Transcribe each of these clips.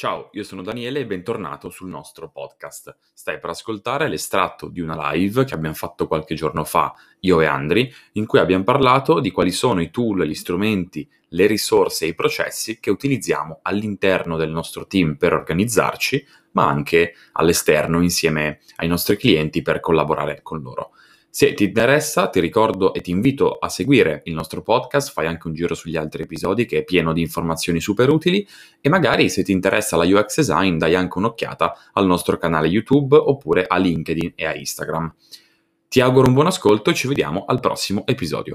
Ciao, io sono Daniele e bentornato sul nostro podcast. Stai per ascoltare l'estratto di una live che abbiamo fatto qualche giorno fa, io e Andri, in cui abbiamo parlato di quali sono i tool, gli strumenti, le risorse e i processi che utilizziamo all'interno del nostro team per organizzarci, ma anche all'esterno insieme ai nostri clienti per collaborare con loro. Se ti interessa, ti ricordo e ti invito a seguire il nostro podcast, fai anche un giro sugli altri episodi che è pieno di informazioni super utili e magari se ti interessa la UX design dai anche un'occhiata al nostro canale YouTube oppure a LinkedIn e a Instagram. Ti auguro un buon ascolto e ci vediamo al prossimo episodio.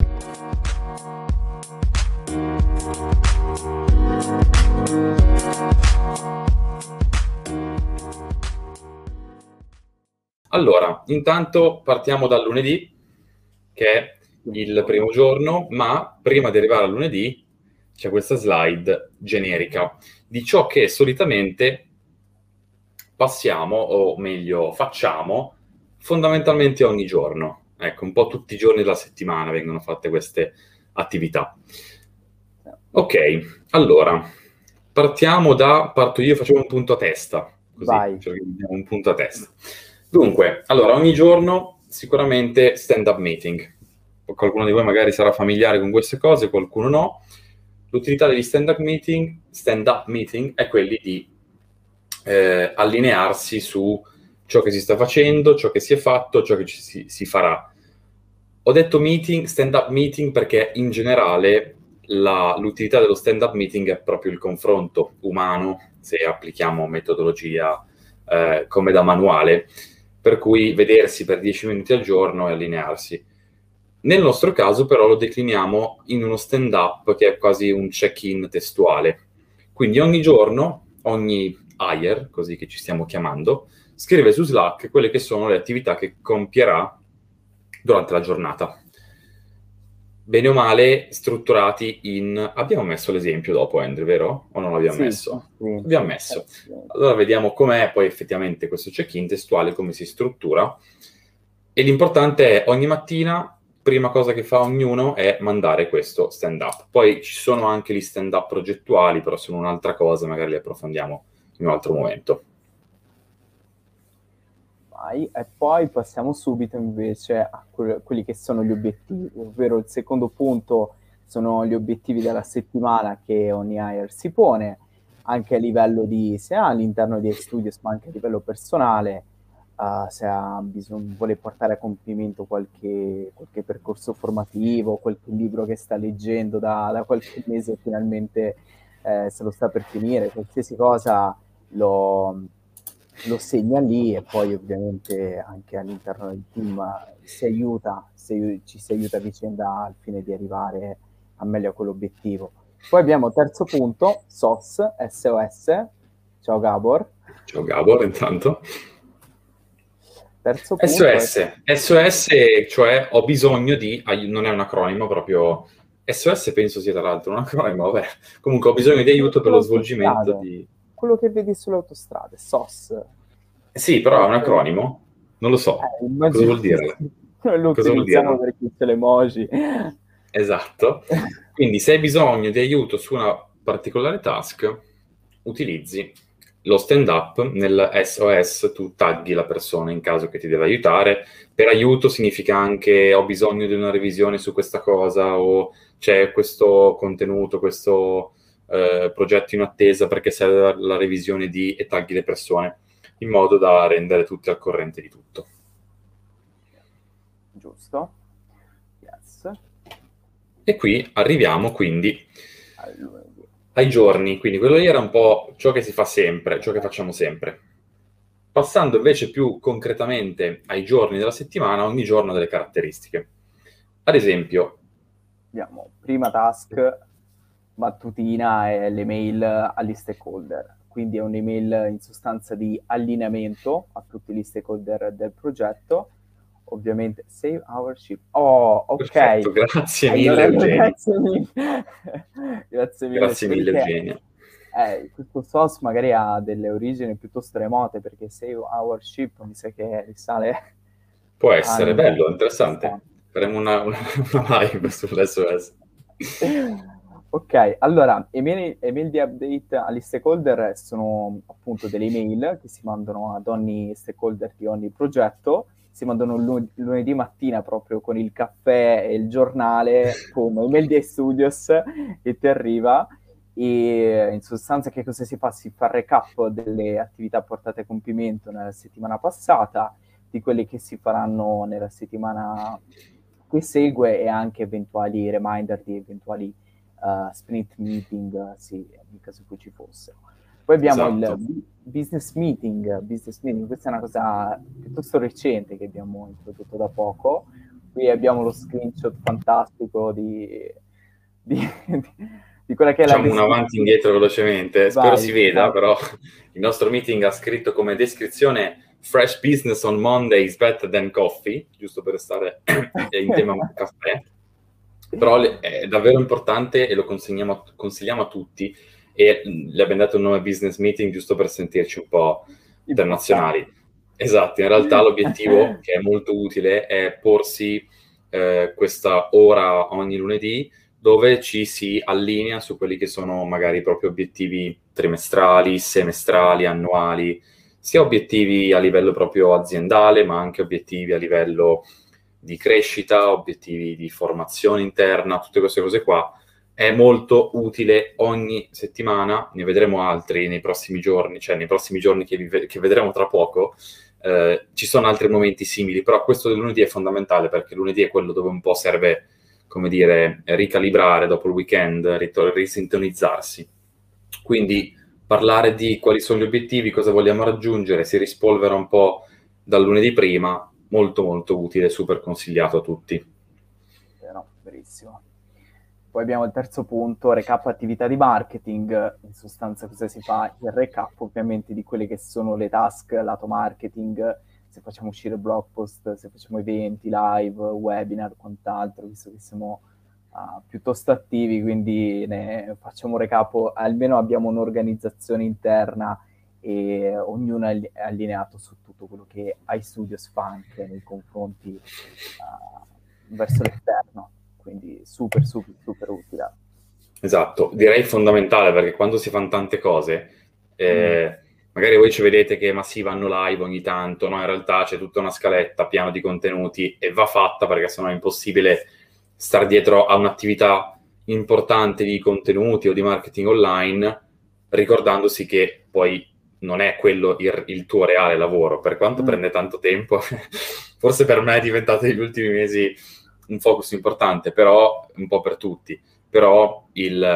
Allora, intanto partiamo dal lunedì, che è il primo giorno, ma prima di arrivare al lunedì c'è questa slide generica di ciò che solitamente passiamo, o meglio facciamo, fondamentalmente ogni giorno. Ecco, un po' tutti i giorni della settimana vengono fatte queste attività. Ok, allora, parto io, facciamo un punto a testa, così, Vai. un punto a testa. Dunque, allora, ogni giorno sicuramente stand-up meeting. Qualcuno di voi magari sarà familiare con queste cose, qualcuno no. L'utilità degli stand-up meeting è quelli di allinearsi su ciò che si sta facendo, ciò che si è fatto, ciò che si farà. Ho detto stand-up meeting, perché in generale l'utilità dello stand-up meeting è proprio il confronto umano, se applichiamo metodologia come da manuale, per cui vedersi per 10 minuti al giorno e allinearsi. Nel nostro caso però lo decliniamo in uno stand-up che è quasi un check-in testuale. Quindi ogni giorno, ogni hire, così che ci stiamo chiamando, scrive su Slack quelle che sono le attività che compierà durante la giornata. Bene o male strutturati in... Abbiamo messo l'esempio dopo, Andrew, vero? O non l'abbiamo messo? Abbiamo messo. Allora vediamo com'è poi effettivamente questo check-in testuale, come si struttura. E l'importante è ogni mattina, prima cosa che fa ognuno è mandare questo stand-up. Poi ci sono anche gli stand-up progettuali, però sono un'altra cosa, magari li approfondiamo in un altro momento. E poi passiamo subito invece a quelli che sono gli obiettivi, ovvero il secondo punto sono gli obiettivi della settimana che ogni hire si pone, anche a livello di, sia all'interno di Studios ma anche a livello personale, se vuole portare a compimento qualche percorso formativo, qualche libro che sta leggendo da qualche mese e finalmente se lo sta per finire, qualsiasi cosa lo segna lì, e poi ovviamente anche all'interno del team ci si aiuta a vicenda al fine di arrivare a meglio a quell'obiettivo. Poi abbiamo terzo punto, SOS. Ciao Gabor. Ciao Gabor, intanto. Terzo punto SOS, cioè ho bisogno di... non è un acronimo proprio... SOS penso sia tra l'altro un acronimo, vabbè. Comunque ho bisogno di aiuto per lo svolgimento di... Quello che vedi sulle autostrade, SOS. Sì, però è un acronimo? Non lo so. Cosa vuol dire? Noi lo utilizziamo per tutte le emoji. Esatto. Quindi se hai bisogno di aiuto su una particolare task, utilizzi lo stand-up. Nel SOS tu tagghi la persona in caso che ti deve aiutare. Per aiuto significa anche ho bisogno di una revisione su questa cosa, o c'è questo contenuto, questo progetto in attesa perché serve la revisione di... e tagghi le persone in modo da rendere tutti al corrente di tutto. Giusto. Yes. E qui arriviamo quindi ai giorni, quindi quello lì era un po' ciò che si fa sempre, ciò che facciamo sempre. Passando invece più concretamente ai giorni della settimana, ogni giorno ha delle caratteristiche. Ad esempio, abbiamo prima task mattutina è l'email agli stakeholder, quindi è un'email in sostanza di allineamento a tutti gli stakeholder del progetto. Ovviamente save our ship. Oh, ok. Perfetto, grazie mille Eugenio. Grazie mille. Grazie mille Eugenio. Questo SOS magari ha delle origini piuttosto remote, perché save our ship mi sa che risale. Può essere bello, interessante. Faremo una live sull'SOS. Ok, allora, email di update agli stakeholder sono appunto delle email che si mandano ad ogni stakeholder di ogni progetto, si mandano lunedì mattina proprio con il caffè e il giornale, come email di Studios e ti arriva. E in sostanza che cosa si fa? Si fa il recap delle attività portate a compimento nella settimana passata, di quelle che si faranno nella settimana che segue e anche eventuali reminder di eventuali sprint meeting, sì, nel caso in cui ci fossero. Poi abbiamo il Esatto. business meeting. Business meeting, questa è una cosa piuttosto recente che abbiamo introdotto da poco. Qui abbiamo lo screenshot fantastico di, di quella che è la Facciamo un avanti e descrizione. indietro velocemente, spero si Vai, veda, vai. però il nostro meeting ha scritto come descrizione Fresh business on Monday is better than coffee, giusto per stare in tema caffè, però è davvero importante e lo consigliamo a tutti e le abbiamo dato un nome business meeting giusto per sentirci un po' Importante. internazionali. Esatto, in realtà l'obiettivo, che è molto utile, è porsi questa ora ogni lunedì dove ci si allinea su quelli che sono magari proprio obiettivi trimestrali, semestrali, annuali, sia obiettivi a livello proprio aziendale, ma anche obiettivi a livello di crescita, obiettivi di formazione interna, tutte queste cose qua. È molto utile ogni settimana, ne vedremo altri nei prossimi giorni, cioè nei prossimi giorni che vedremo tra poco. Ci sono altri momenti simili, però questo del lunedì è fondamentale perché lunedì è quello dove un po' serve, come dire, ricalibrare dopo il weekend, risintonizzarsi. Quindi parlare di quali sono gli obiettivi, cosa vogliamo raggiungere, si rispolvera un po' dal lunedì prima, molto molto utile, super consigliato a tutti. No, verissimo. Poi abbiamo il terzo punto, recap attività di marketing. In sostanza cosa si fa? Il recap ovviamente di quelle che sono le task lato marketing, se facciamo uscire blog post, se facciamo eventi, live, webinar, quant'altro, visto che siamo piuttosto attivi, quindi ne facciamo un recap, almeno abbiamo un'organizzazione interna e ognuno è allineato su tutto quello che iStudios fa anche nei confronti verso l'esterno, quindi super super super utile. Esatto, direi fondamentale perché quando si fanno tante cose, Mm. magari voi ci vedete che ma sì, vanno live ogni tanto, no? In realtà c'è tutta una scaletta, piano di contenuti e va fatta perché sennò è impossibile stare dietro a un'attività importante di contenuti o di marketing online, ricordandosi che poi non è quello il tuo reale lavoro, per quanto Mm. prende tanto tempo. Forse per me è diventato negli ultimi mesi un focus importante, però un po' per tutti. Però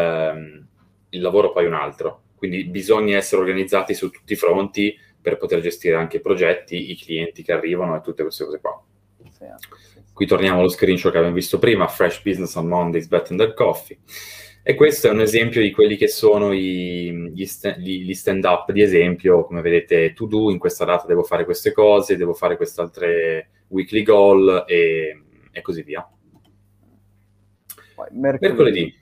il lavoro poi è un altro. Quindi bisogna essere organizzati su tutti i fronti per poter gestire anche i progetti, i clienti che arrivano e tutte queste cose qua. Sì, sì, Qui torniamo allo screenshot che abbiamo visto prima, Fresh Business on Monday is better than coffee. E questo è un esempio di quelli che sono gli stand-up di esempio, come vedete, to do, in questa data devo fare queste cose, devo fare queste altre weekly goal e così via. poi mercoledì. Mercoledì.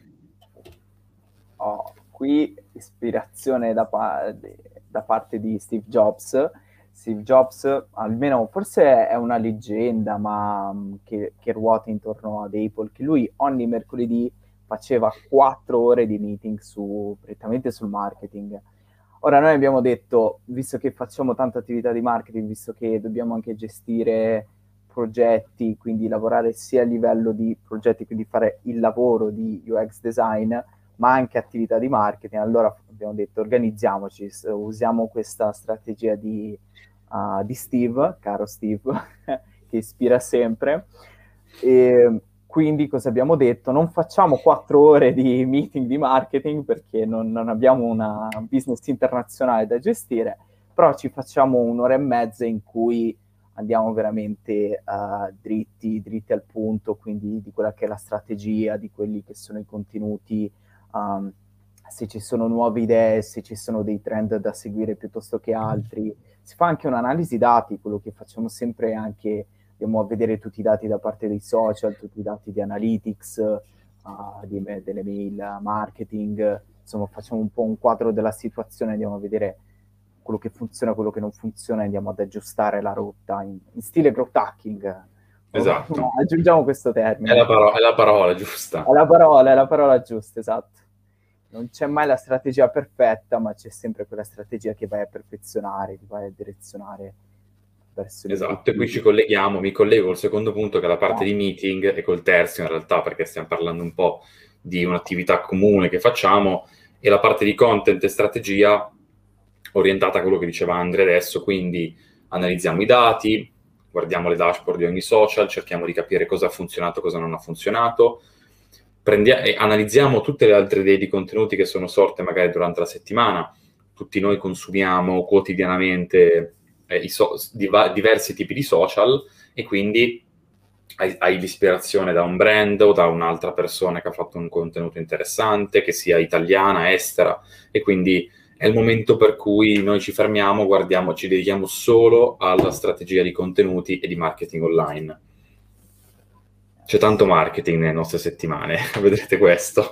Qui ispirazione da parte di Steve Jobs. Steve Jobs, almeno forse è una leggenda, ma che ruota intorno ad Apple, che lui ogni mercoledì faceva 4 ore di meeting prettamente sul marketing. Ora noi abbiamo detto, visto che facciamo tanta attività di marketing, visto che dobbiamo anche gestire progetti, quindi lavorare sia a livello di progetti, quindi fare il lavoro di UX design, ma anche attività di marketing. Allora abbiamo detto organizziamoci, usiamo questa strategia di Steve, caro Steve, che ispira sempre. E quindi cosa abbiamo detto? Non facciamo 4 ore di meeting di marketing perché non abbiamo una business internazionale da gestire, però ci facciamo 1 ora e mezza in cui andiamo veramente dritti al punto, quindi di quella che è la strategia, di quelli che sono i contenuti, se ci sono nuove idee, se ci sono dei trend da seguire piuttosto che altri. Si fa anche un'analisi dati, quello che facciamo sempre anche, andiamo a vedere tutti i dati da parte dei social, tutti i dati di analytics, delle mail, marketing, insomma facciamo un po' un quadro della situazione, andiamo a vedere quello che funziona, quello che non funziona, andiamo ad aggiustare la rotta in stile growth hacking. Esatto. Aggiungiamo questo È termine. la parola giusta. È la parola giusta, esatto. non c'è mai la strategia perfetta, ma c'è sempre quella strategia che vai a perfezionare, che vai a direzionare verso gli Esatto, e qui obiettivi. mi collego al secondo punto, che è la parte di meeting, e col terzo in realtà, perché stiamo parlando un po' di un'attività comune che facciamo, e la parte di content e strategia orientata a quello che diceva Andre adesso, quindi analizziamo i dati, guardiamo le dashboard di ogni social, cerchiamo di capire cosa ha funzionato, cosa non ha funzionato, e analizziamo tutte le altre idee di contenuti che sono sorte magari durante la settimana. Tutti noi consumiamo quotidianamente diversi tipi di social, e quindi hai l'ispirazione da un brand o da un'altra persona che ha fatto un contenuto interessante, che sia italiana, estera, e quindi è il momento per cui noi ci fermiamo, guardiamo, ci dedichiamo solo alla strategia di contenuti e di marketing online. C'è tanto marketing nelle nostre settimane, vedrete questo.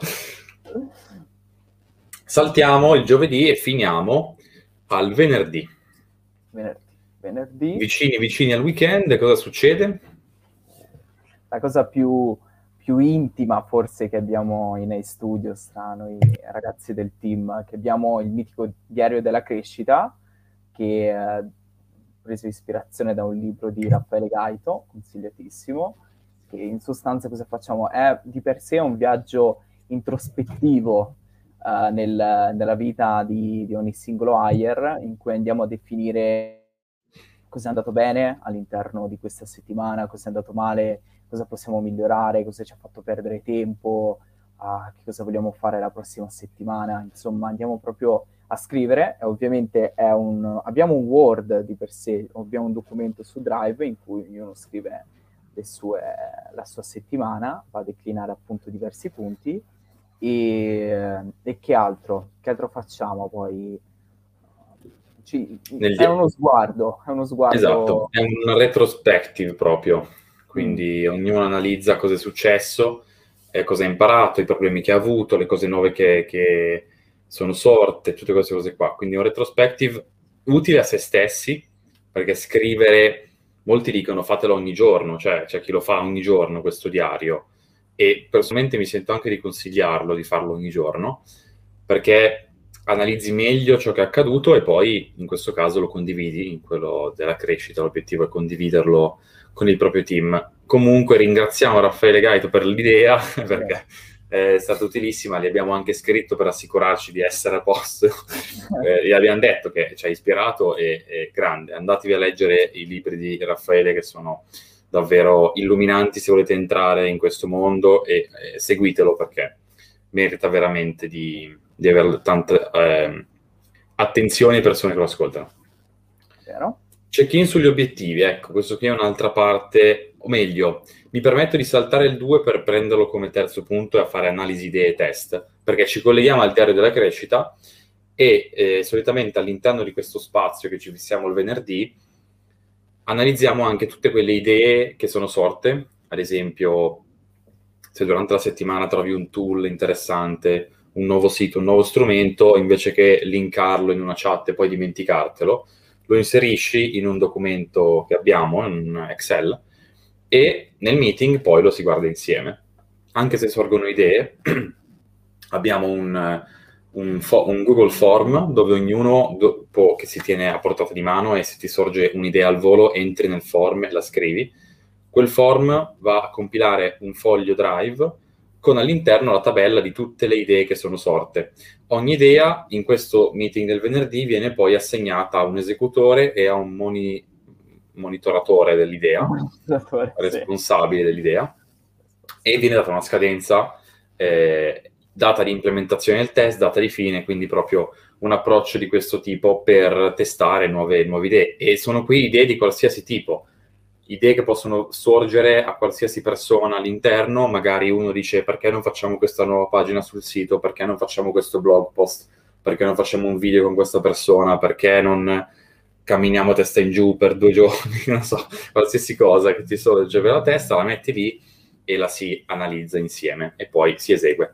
Saltiamo il giovedì e finiamo al venerdì. Venerdì. Vicini al weekend, cosa succede? La cosa più intima forse che abbiamo in iStudios tra noi ragazzi del team, che abbiamo il mitico diario della crescita, che ha preso ispirazione da un libro di Raffaele Gaito, consigliatissimo, che in sostanza cosa facciamo? È di per sé un viaggio introspettivo nella vita di ogni singolo hire, in cui andiamo a definire cosa è andato bene all'interno di questa settimana, cosa è andato male, cosa possiamo migliorare, cosa ci ha fatto perdere tempo, che cosa vogliamo fare la prossima settimana. Insomma, andiamo proprio a scrivere, e ovviamente abbiamo un Word di per sé, abbiamo un documento su Drive in cui ognuno scrive la sua settimana, va a declinare appunto diversi punti, e che altro? Che altro facciamo poi? È uno sguardo, Esatto, è un retrospective proprio, quindi ognuno analizza cosa è successo, cosa ha imparato, i problemi che ha avuto, le cose nuove che sono sorte, tutte queste cose qua. Quindi un retrospective utile a se stessi, perché scrivere, molti dicono fatelo ogni giorno, cioè c'è chi lo fa ogni giorno questo diario, e personalmente mi sento anche di consigliarlo, di farlo ogni giorno, perché analizzi meglio ciò che è accaduto e poi in questo caso lo condividi, in quello della crescita. L'obiettivo è condividerlo con il proprio team. Comunque ringraziamo Raffaele Gaito per l'idea, perché è stata utilissima, gli abbiamo anche scritto per assicurarci di essere a posto, gli abbiamo detto che ci ha ispirato, e grande, andatevi a leggere i libri di Raffaele, che sono davvero illuminanti se volete entrare in questo mondo, e seguitelo, perché merita veramente di avere tanta attenzione ai persone che lo ascoltano. Vero? Check-in sugli obiettivi, ecco, questo qui è un'altra parte, o meglio, mi permetto di saltare il 2 per prenderlo come terzo punto e a fare analisi idee e test, perché ci colleghiamo al diario della crescita, e solitamente all'interno di questo spazio che ci fissiamo il venerdì analizziamo anche tutte quelle idee che sono sorte. Ad esempio, se durante la settimana trovi un tool interessante, un nuovo sito, un nuovo strumento, invece che linkarlo in una chat e poi dimenticartelo, lo inserisci in un documento che abbiamo, in un Excel, e nel meeting poi lo si guarda insieme. Anche se sorgono idee, abbiamo un Google Form dove ognuno che si tiene a portata di mano, e se ti sorge un'idea al volo entri nel form e la scrivi. Quel form va a compilare un foglio Drive con all'interno la tabella di tutte le idee che sono sorte. Ogni idea in questo meeting del venerdì viene poi assegnata a un esecutore e a un monitoratore dell'idea, responsabile dell'idea, e viene data una scadenza, data di implementazione del test, data di fine, quindi proprio un approccio di questo tipo per testare nuove idee. E sono qui idee di qualsiasi tipo, idee che possono sorgere a qualsiasi persona all'interno. Magari uno dice: perché non facciamo questa nuova pagina sul sito, perché non facciamo questo blog post, perché non facciamo un video con questa persona, perché non camminiamo testa in giù per 2 giorni, non so, qualsiasi cosa che ti sorge per la testa, la metti lì e la si analizza insieme e poi si esegue.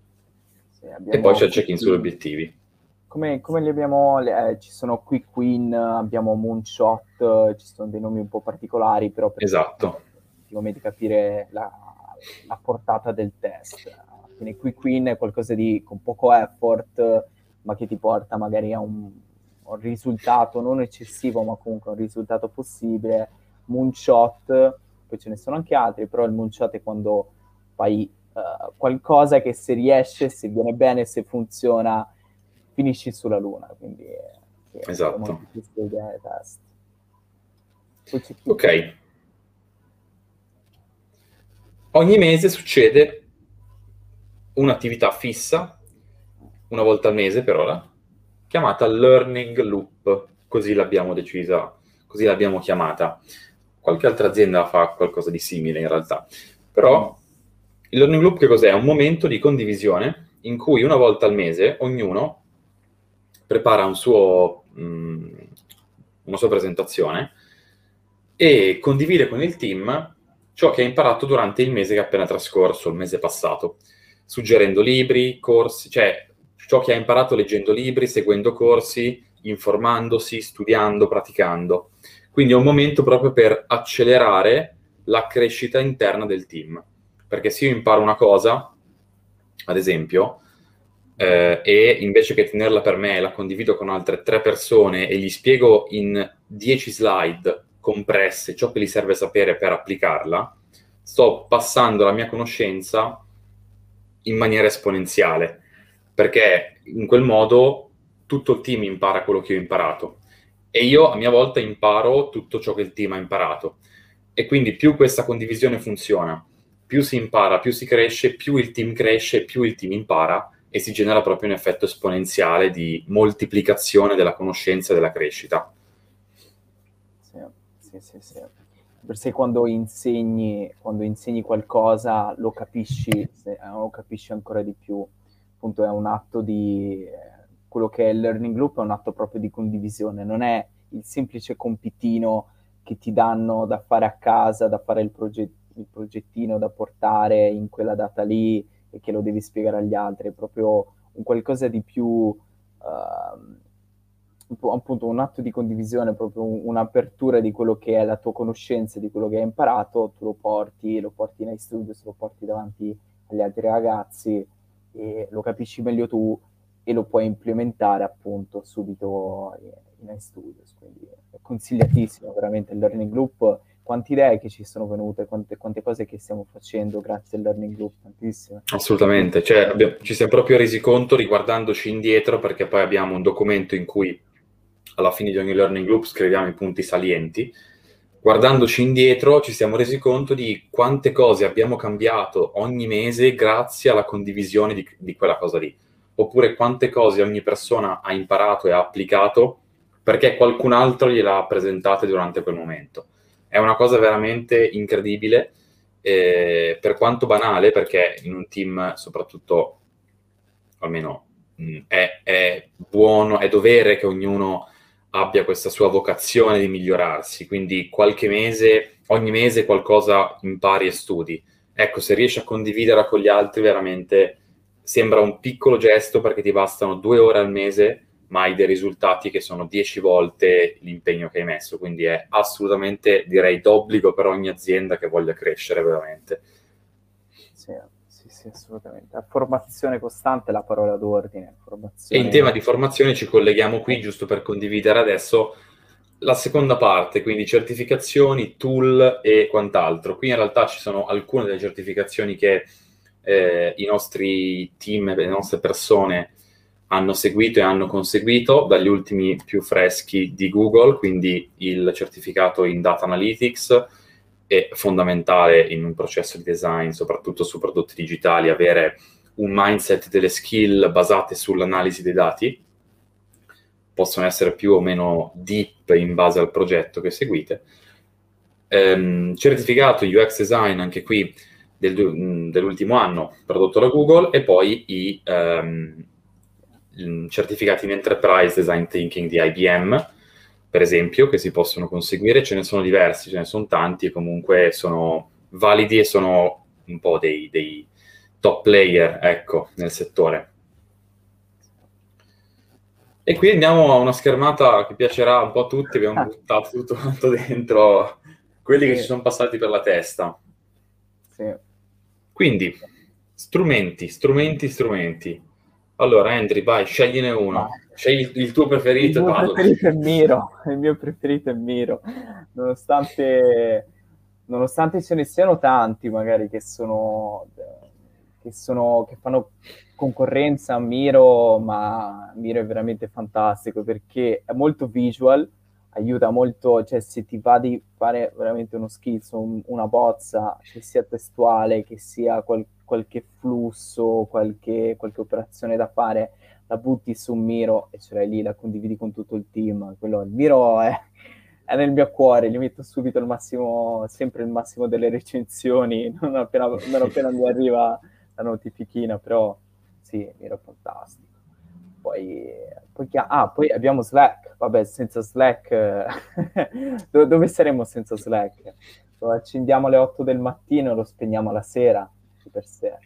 Sì, e poi c'è il check-in sugli obiettivi. Come li abbiamo, ci sono Quick Win, abbiamo Moonshot, ci sono dei nomi un po' particolari, però per esatto, effettivamente capire la portata del test. ordine. Quick win è qualcosa di con poco effort, ma che ti porta magari a un risultato non eccessivo, ma comunque un risultato possibile. Moonshot, poi ce ne sono anche altri, però il moonshot è quando fai qualcosa che se riesce, se viene bene, se funziona, finisci sulla luna, quindi Esatto. questa idea è test. Ok. Ogni mese succede un'attività fissa, una volta al mese per ora, chiamata Learning Loop, così l'abbiamo decisa, così l'abbiamo chiamata. Qualche altra azienda fa qualcosa di simile in realtà. Però il Learning Loop che cos'è? È un momento di condivisione in cui una volta al mese ognuno prepara una sua presentazione e condivide con il team ciò che ha imparato durante il mese che è appena trascorso, il mese passato, suggerendo libri, corsi, cioè ciò che ha imparato leggendo libri, seguendo corsi, informandosi, studiando, praticando. Quindi è un momento proprio per accelerare la crescita interna del team. Perché se io imparo una cosa, ad esempio, e invece che tenerla per me la condivido con altre 3 persone e gli spiego in 10 slide compresse ciò che gli serve sapere per applicarla, sto passando la mia conoscenza in maniera esponenziale, perché in quel modo tutto il team impara quello che ho imparato e io a mia volta imparo tutto ciò che il team ha imparato. E quindi più questa condivisione funziona, più si impara, più si cresce, più il team cresce, più il team impara e si genera proprio un effetto esponenziale di moltiplicazione della conoscenza e della crescita. Sì. Per sé quando insegni qualcosa lo capisci ancora di più. Appunto è un atto di... quello che è il learning loop è un atto proprio di condivisione, non è il semplice compitino che ti danno da fare a casa, da fare il progettino da portare in quella data lì e che lo devi spiegare agli altri, è proprio un qualcosa di più... appunto un atto di condivisione, proprio un'apertura di quello che è la tua conoscenza, di quello che hai imparato, tu lo porti nei studios, lo porti davanti agli altri ragazzi e lo capisci meglio tu e lo puoi implementare appunto subito in studios. Quindi è consigliatissimo veramente il learning loop. Quante idee che ci sono venute, quante cose che stiamo facendo grazie al learning loop, tantissime. Assolutamente, cioè, ci siamo proprio resi conto riguardandoci indietro, perché poi abbiamo un documento in cui alla fine di ogni learning loop scriviamo i punti salienti. Guardandoci indietro ci siamo resi conto di quante cose abbiamo cambiato ogni mese grazie alla condivisione di quella cosa lì, oppure quante cose ogni persona ha imparato e ha applicato perché qualcun altro gliel'ha presentate durante quel momento. È una cosa veramente incredibile, per quanto banale, perché in un team soprattutto, almeno è buono, è dovere che ognuno abbia questa sua vocazione di migliorarsi, quindi ogni mese qualcosa impari e studi. Ecco, se riesci a condividere con gli altri, veramente sembra un piccolo gesto perché ti bastano 2 ore al mese, ma hai dei risultati che sono 10 volte l'impegno che hai messo, quindi è assolutamente, direi, d'obbligo per ogni azienda che voglia crescere veramente. Sì, assolutamente. La formazione costante è la parola d'ordine. E in tema di formazione ci colleghiamo qui, giusto per condividere adesso la seconda parte, quindi certificazioni, tool e quant'altro. Qui in realtà ci sono alcune delle certificazioni che i nostri team, le nostre persone hanno seguito e hanno conseguito, dagli ultimi più freschi di Google, quindi il certificato in Data Analytics. È fondamentale in un processo di design, soprattutto su prodotti digitali, avere un mindset delle skill basate sull'analisi dei dati. Possono essere più o meno deep in base al progetto che seguite. Certificato UX Design, anche qui dell'ultimo anno, prodotto da Google, e poi i certificati in Enterprise Design Thinking di IBM, per esempio, che si possono conseguire. Ce ne sono diversi, ce ne sono tanti, e comunque sono validi e sono un po' dei top player, ecco, nel settore. E qui andiamo a una schermata che piacerà un po' a tutti, abbiamo buttato tutto quanto dentro quelli che ci sono passati per la testa. Sì. Quindi, Strumenti. Allora, Andri, vai, scegliene uno. Scegli il tuo preferito. Il mio preferito è Miro, nonostante ce ne siano tanti magari che fanno concorrenza a Miro, ma Miro è veramente fantastico perché è molto visual, aiuta molto, cioè se ti va di fare veramente uno schizzo, una bozza, che sia testuale, che sia qualche flusso, qualche operazione da fare, la butti su un Miro e ce l'hai lì, la condividi con tutto il team. Il Miro è nel mio cuore, gli metto subito sempre il massimo delle recensioni, non appena mi arriva la notifichina, però sì, Miro è fantastico. Poi abbiamo Slack, vabbè, senza Slack, dove saremmo senza Slack? Lo accendiamo alle 8 del mattino e lo spegniamo alla sera, di per sé.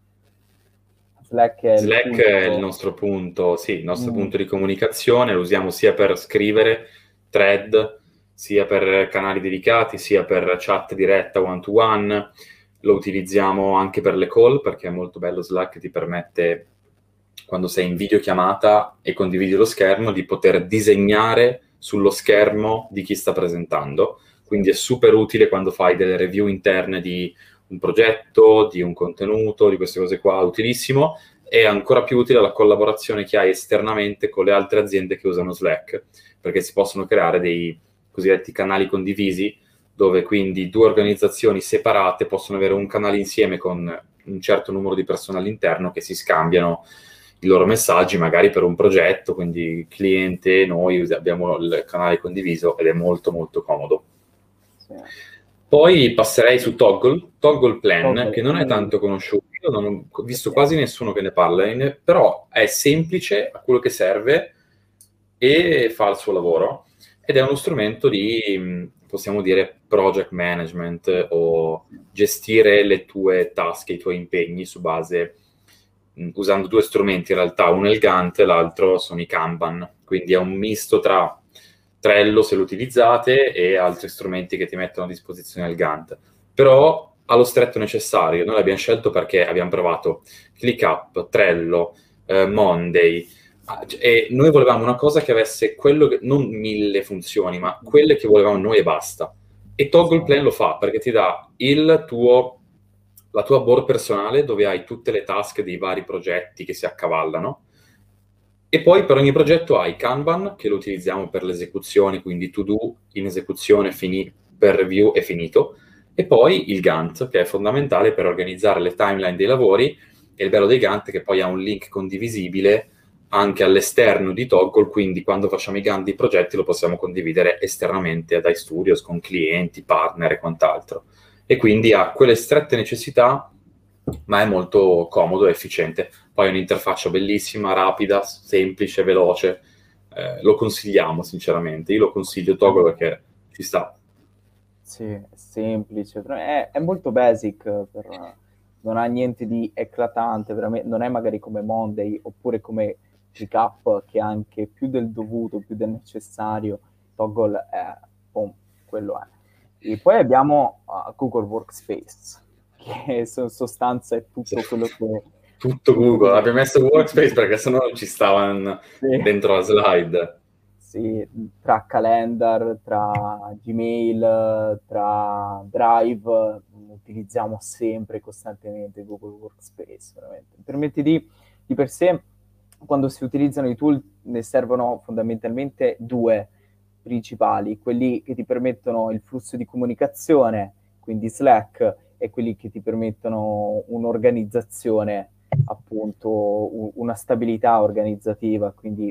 Slack è il nostro punto, sì, il nostro punto di comunicazione, lo usiamo sia per scrivere thread, sia per canali dedicati, sia per chat diretta one-to-one. Lo utilizziamo anche per le call, perché è molto bello Slack, ti permette, quando sei in videochiamata e condividi lo schermo, di poter disegnare sullo schermo di chi sta presentando. Quindi è super utile quando fai delle review interne di un progetto, di un contenuto, di queste cose qua, utilissimo. È ancora più utile la collaborazione che hai esternamente con le altre aziende che usano Slack, perché si possono creare dei cosiddetti canali condivisi, dove quindi due organizzazioni separate possono avere un canale insieme con un certo numero di persone all'interno che si scambiano i loro messaggi, magari per un progetto, quindi cliente, noi abbiamo il canale condiviso ed è molto molto comodo. Sì. Poi passerei su Toggle Plan, che non è tanto conosciuto, io non ho visto quasi nessuno che ne parla, però è semplice, ha quello che serve e fa il suo lavoro, ed è uno strumento di, possiamo dire, project management, o gestire le tue task, i tuoi impegni su base, usando due strumenti in realtà, uno è il Gantt e l'altro sono i Kanban, quindi è un misto tra Trello, se lo utilizzate, e altri strumenti che ti mettono a disposizione il Gantt. Però ha lo stretto necessario. Noi l'abbiamo scelto perché abbiamo provato ClickUp, Trello, Monday, e noi volevamo una cosa che avesse non 1000 funzioni, ma quelle che volevamo noi e basta. E Toggle Plan lo fa, perché ti dà la tua board personale, dove hai tutte le task dei vari progetti che si accavallano, e poi per ogni progetto hai Kanban, che lo utilizziamo per l'esecuzione, quindi to do in esecuzione, per review e finito, e poi il Gantt, che è fondamentale per organizzare le timeline dei lavori, e il bello dei Gantt è che poi ha un link condivisibile anche all'esterno di Toggle, quindi quando facciamo i Gantt di progetti lo possiamo condividere esternamente ad iStudios, con clienti, partner e quant'altro. E quindi ha quelle strette necessità, ma è molto comodo e efficiente. Poi è un'interfaccia bellissima, rapida, semplice, veloce. Lo consigliamo sinceramente. Io lo consiglio Toggle perché ci sta. Sì, è semplice, è molto basic, non ha niente di eclatante, veramente, non è magari come Monday oppure come ClickUp, che ha anche più del dovuto, più del necessario. Toggle è, quello è. E poi abbiamo Google Workspace, che in sostanza è tutto quello che... Tutto Google, abbiamo messo Workspace perché sennò non ci stavano dentro la slide. Sì, tra calendar, tra Gmail, tra Drive, utilizziamo sempre, costantemente Google Workspace, veramente. Permette di per sé, quando si utilizzano i tool, ne servono fondamentalmente due principali, quelli che ti permettono il flusso di comunicazione, quindi Slack, e quelli che ti permettono un'organizzazione, appunto, una stabilità organizzativa, quindi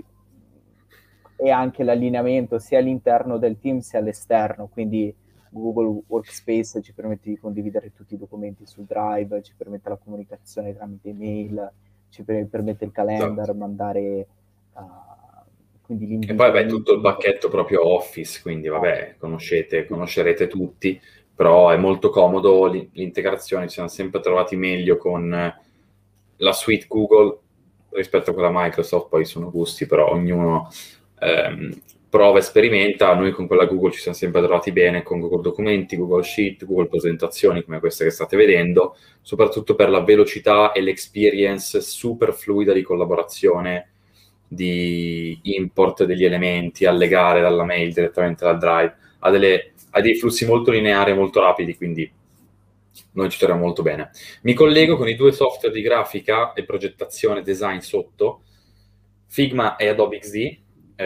e anche l'allineamento sia all'interno del team sia all'esterno, quindi Google Workspace ci permette di condividere tutti i documenti su Drive, ci permette la comunicazione tramite email, ci permette il calendar, mandare quindi l'invito. E poi vabbè, tutto il pacchetto proprio Office, quindi vabbè, conoscerete tutti, però è molto comodo l'integrazione, ci siamo sempre trovati meglio con la suite Google rispetto a quella Microsoft, poi sono gusti, però ognuno prova e sperimenta. Noi con quella Google ci siamo sempre trovati bene, con Google Documenti, Google Sheet, Google Presentazioni, come queste che state vedendo, soprattutto per la velocità e l'experience super fluida di collaborazione, di import degli elementi, allegare dalla mail direttamente dal Drive, ha dei flussi molto lineari e molto rapidi, quindi noi ci troviamo molto bene. Mi collego con i due software di grafica e progettazione design sotto, Figma e Adobe XD.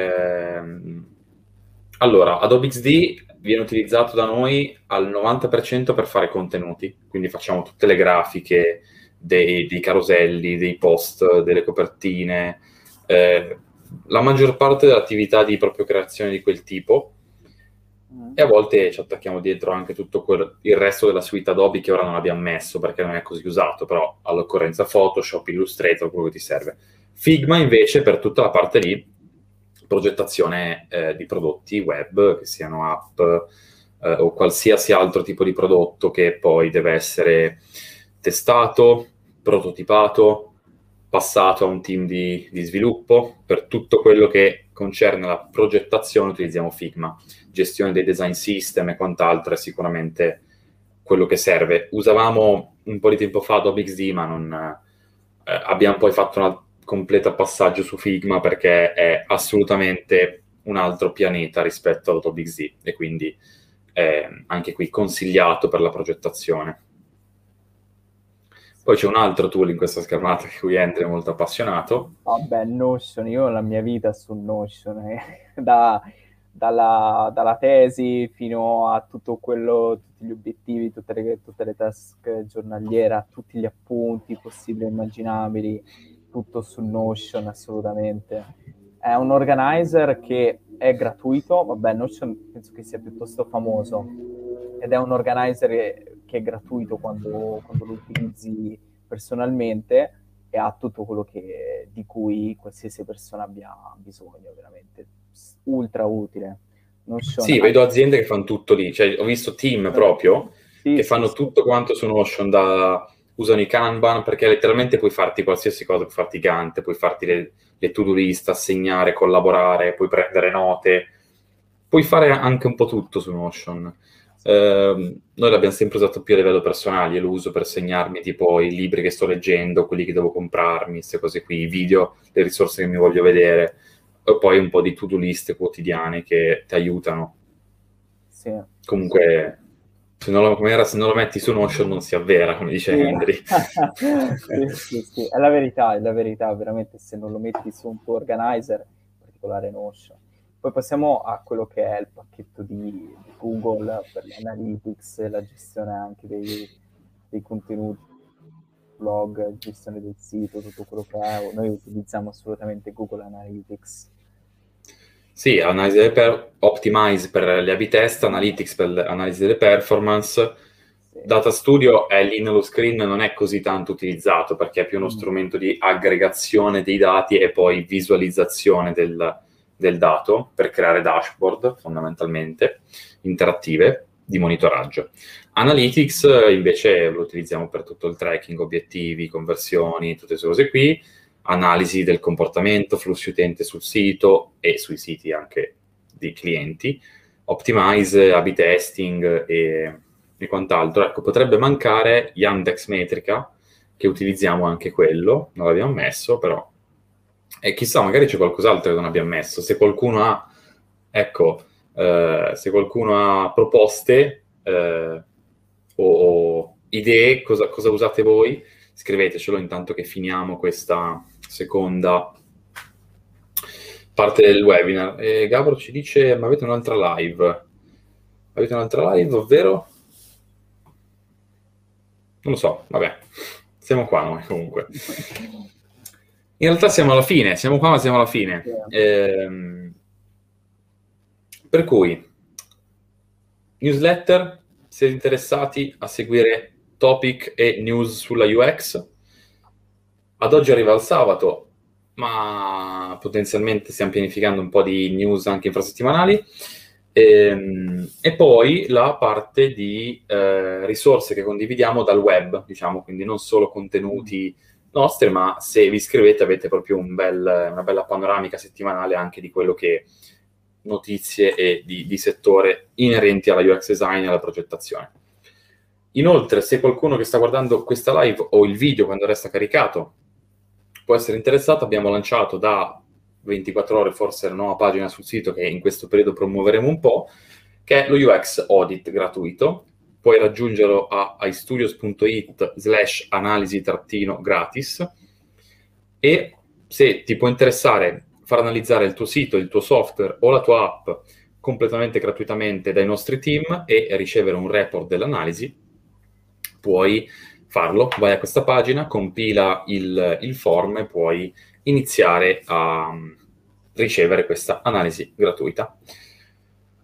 Allora, Adobe XD viene utilizzato da noi al 90% per fare contenuti, quindi facciamo tutte le grafiche dei caroselli, dei post, delle copertine, la maggior parte dell'attività di proprio creazione di quel tipo, e a volte ci attacchiamo dietro anche tutto il resto della suite Adobe che ora non abbiamo messo perché non è così usato, però all'occorrenza Photoshop, Illustrator, quello che ti serve. Figma invece per tutta la parte di progettazione di prodotti web, che siano app o qualsiasi altro tipo di prodotto che poi deve essere testato, prototipato, passato a un team di sviluppo. Per tutto quello che concerne la progettazione utilizziamo Figma. Gestione dei design system e quant'altro è sicuramente quello che serve. Usavamo un po' di tempo fa Adobe XD, ma non abbiamo poi fatto un completo passaggio su Figma perché è assolutamente un altro pianeta rispetto ad Adobe XD, e quindi è anche qui consigliato per la progettazione. Poi c'è un altro tool in questa schermata che cui Andrea è molto appassionato. Vabbè, Notion, io ho la mia vita su Notion, dalla tesi fino a tutto quello, tutti gli obiettivi, tutte le task giornaliere, tutti gli appunti possibili e immaginabili, tutto su Notion, assolutamente. È un organizer che è gratuito, vabbè, Notion penso che sia piuttosto famoso, ed è un organizer che è gratuito quando lo utilizzi personalmente, e ha tutto quello di cui qualsiasi persona abbia bisogno, veramente ultra utile. Notion, Sì, vedo aziende che fanno tutto lì, cioè ho visto team proprio che fanno tutto quanto su Notion, usano i Kanban, perché letteralmente puoi farti qualsiasi cosa, puoi farti Gantt, puoi farti le to-do list, assegnare, collaborare, puoi prendere note, puoi fare anche un po' tutto su Notion. Noi l'abbiamo sempre usato più a livello personale, io lo uso per segnarmi tipo i libri che sto leggendo, quelli che devo comprarmi, queste cose qui, i video, le risorse che mi voglio vedere, e poi un po' di to-do list quotidiane che ti aiutano. Sì. Comunque, se non lo metti su Notion non si avvera, come dice Henry. Sì. È la verità, veramente, se non lo metti su un tuo organizer, in particolare Notion. Poi passiamo a quello che è il pacchetto di Google per l'analytics, la gestione anche dei contenuti, blog, gestione del sito, tutto quello che è. Noi utilizziamo assolutamente Google Analytics. Sì, Optimize per le A/B test, Analytics per l'analisi delle performance. Sì. Data Studio è lì nello screen, non è così tanto utilizzato perché è più uno strumento di aggregazione dei dati e poi visualizzazione del dato per creare dashboard, fondamentalmente, interattive, di monitoraggio. Analytics invece lo utilizziamo per tutto il tracking, obiettivi, conversioni, tutte queste cose qui, analisi del comportamento, flussi utente sul sito e sui siti anche dei clienti, Optimize, A/B testing e quant'altro. Ecco, potrebbe mancare Yandex Metrica, che utilizziamo anche quello, non l'abbiamo messo, però e chissà, magari c'è qualcos'altro che non abbiamo messo. Se qualcuno ha, ecco, se qualcuno ha proposte o idee, cosa usate voi, scrivetecelo intanto che finiamo questa seconda parte del webinar. E Gabro ci dice, ma avete un'altra live? Avete un'altra live, ovvero? Non lo so, vabbè, siamo qua noi comunque. In realtà siamo alla fine, siamo qua ma siamo alla fine. Per cui, newsletter, siete interessati a seguire topic e news sulla UX? Ad oggi arriva il sabato, ma potenzialmente stiamo pianificando un po' di news anche infrasettimanali. E poi la parte di risorse che condividiamo dal web, diciamo, quindi non solo contenuti nostri, ma se vi iscrivete avete proprio una bella panoramica settimanale anche di quello che notizie e di settore inerenti alla UX design e alla progettazione. Inoltre, se qualcuno che sta guardando questa live o il video quando resta caricato può essere interessato, abbiamo lanciato da 24 ore forse una nuova pagina sul sito che in questo periodo promuoveremo un po', che è lo UX Audit gratuito. Puoi raggiungerlo a istudios.it/analisi-gratis, e se ti può interessare far analizzare il tuo sito, il tuo software o la tua app completamente gratuitamente dai nostri team e ricevere un report dell'analisi, puoi farlo. Vai a questa pagina, compila il form e puoi iniziare a ricevere questa analisi gratuita.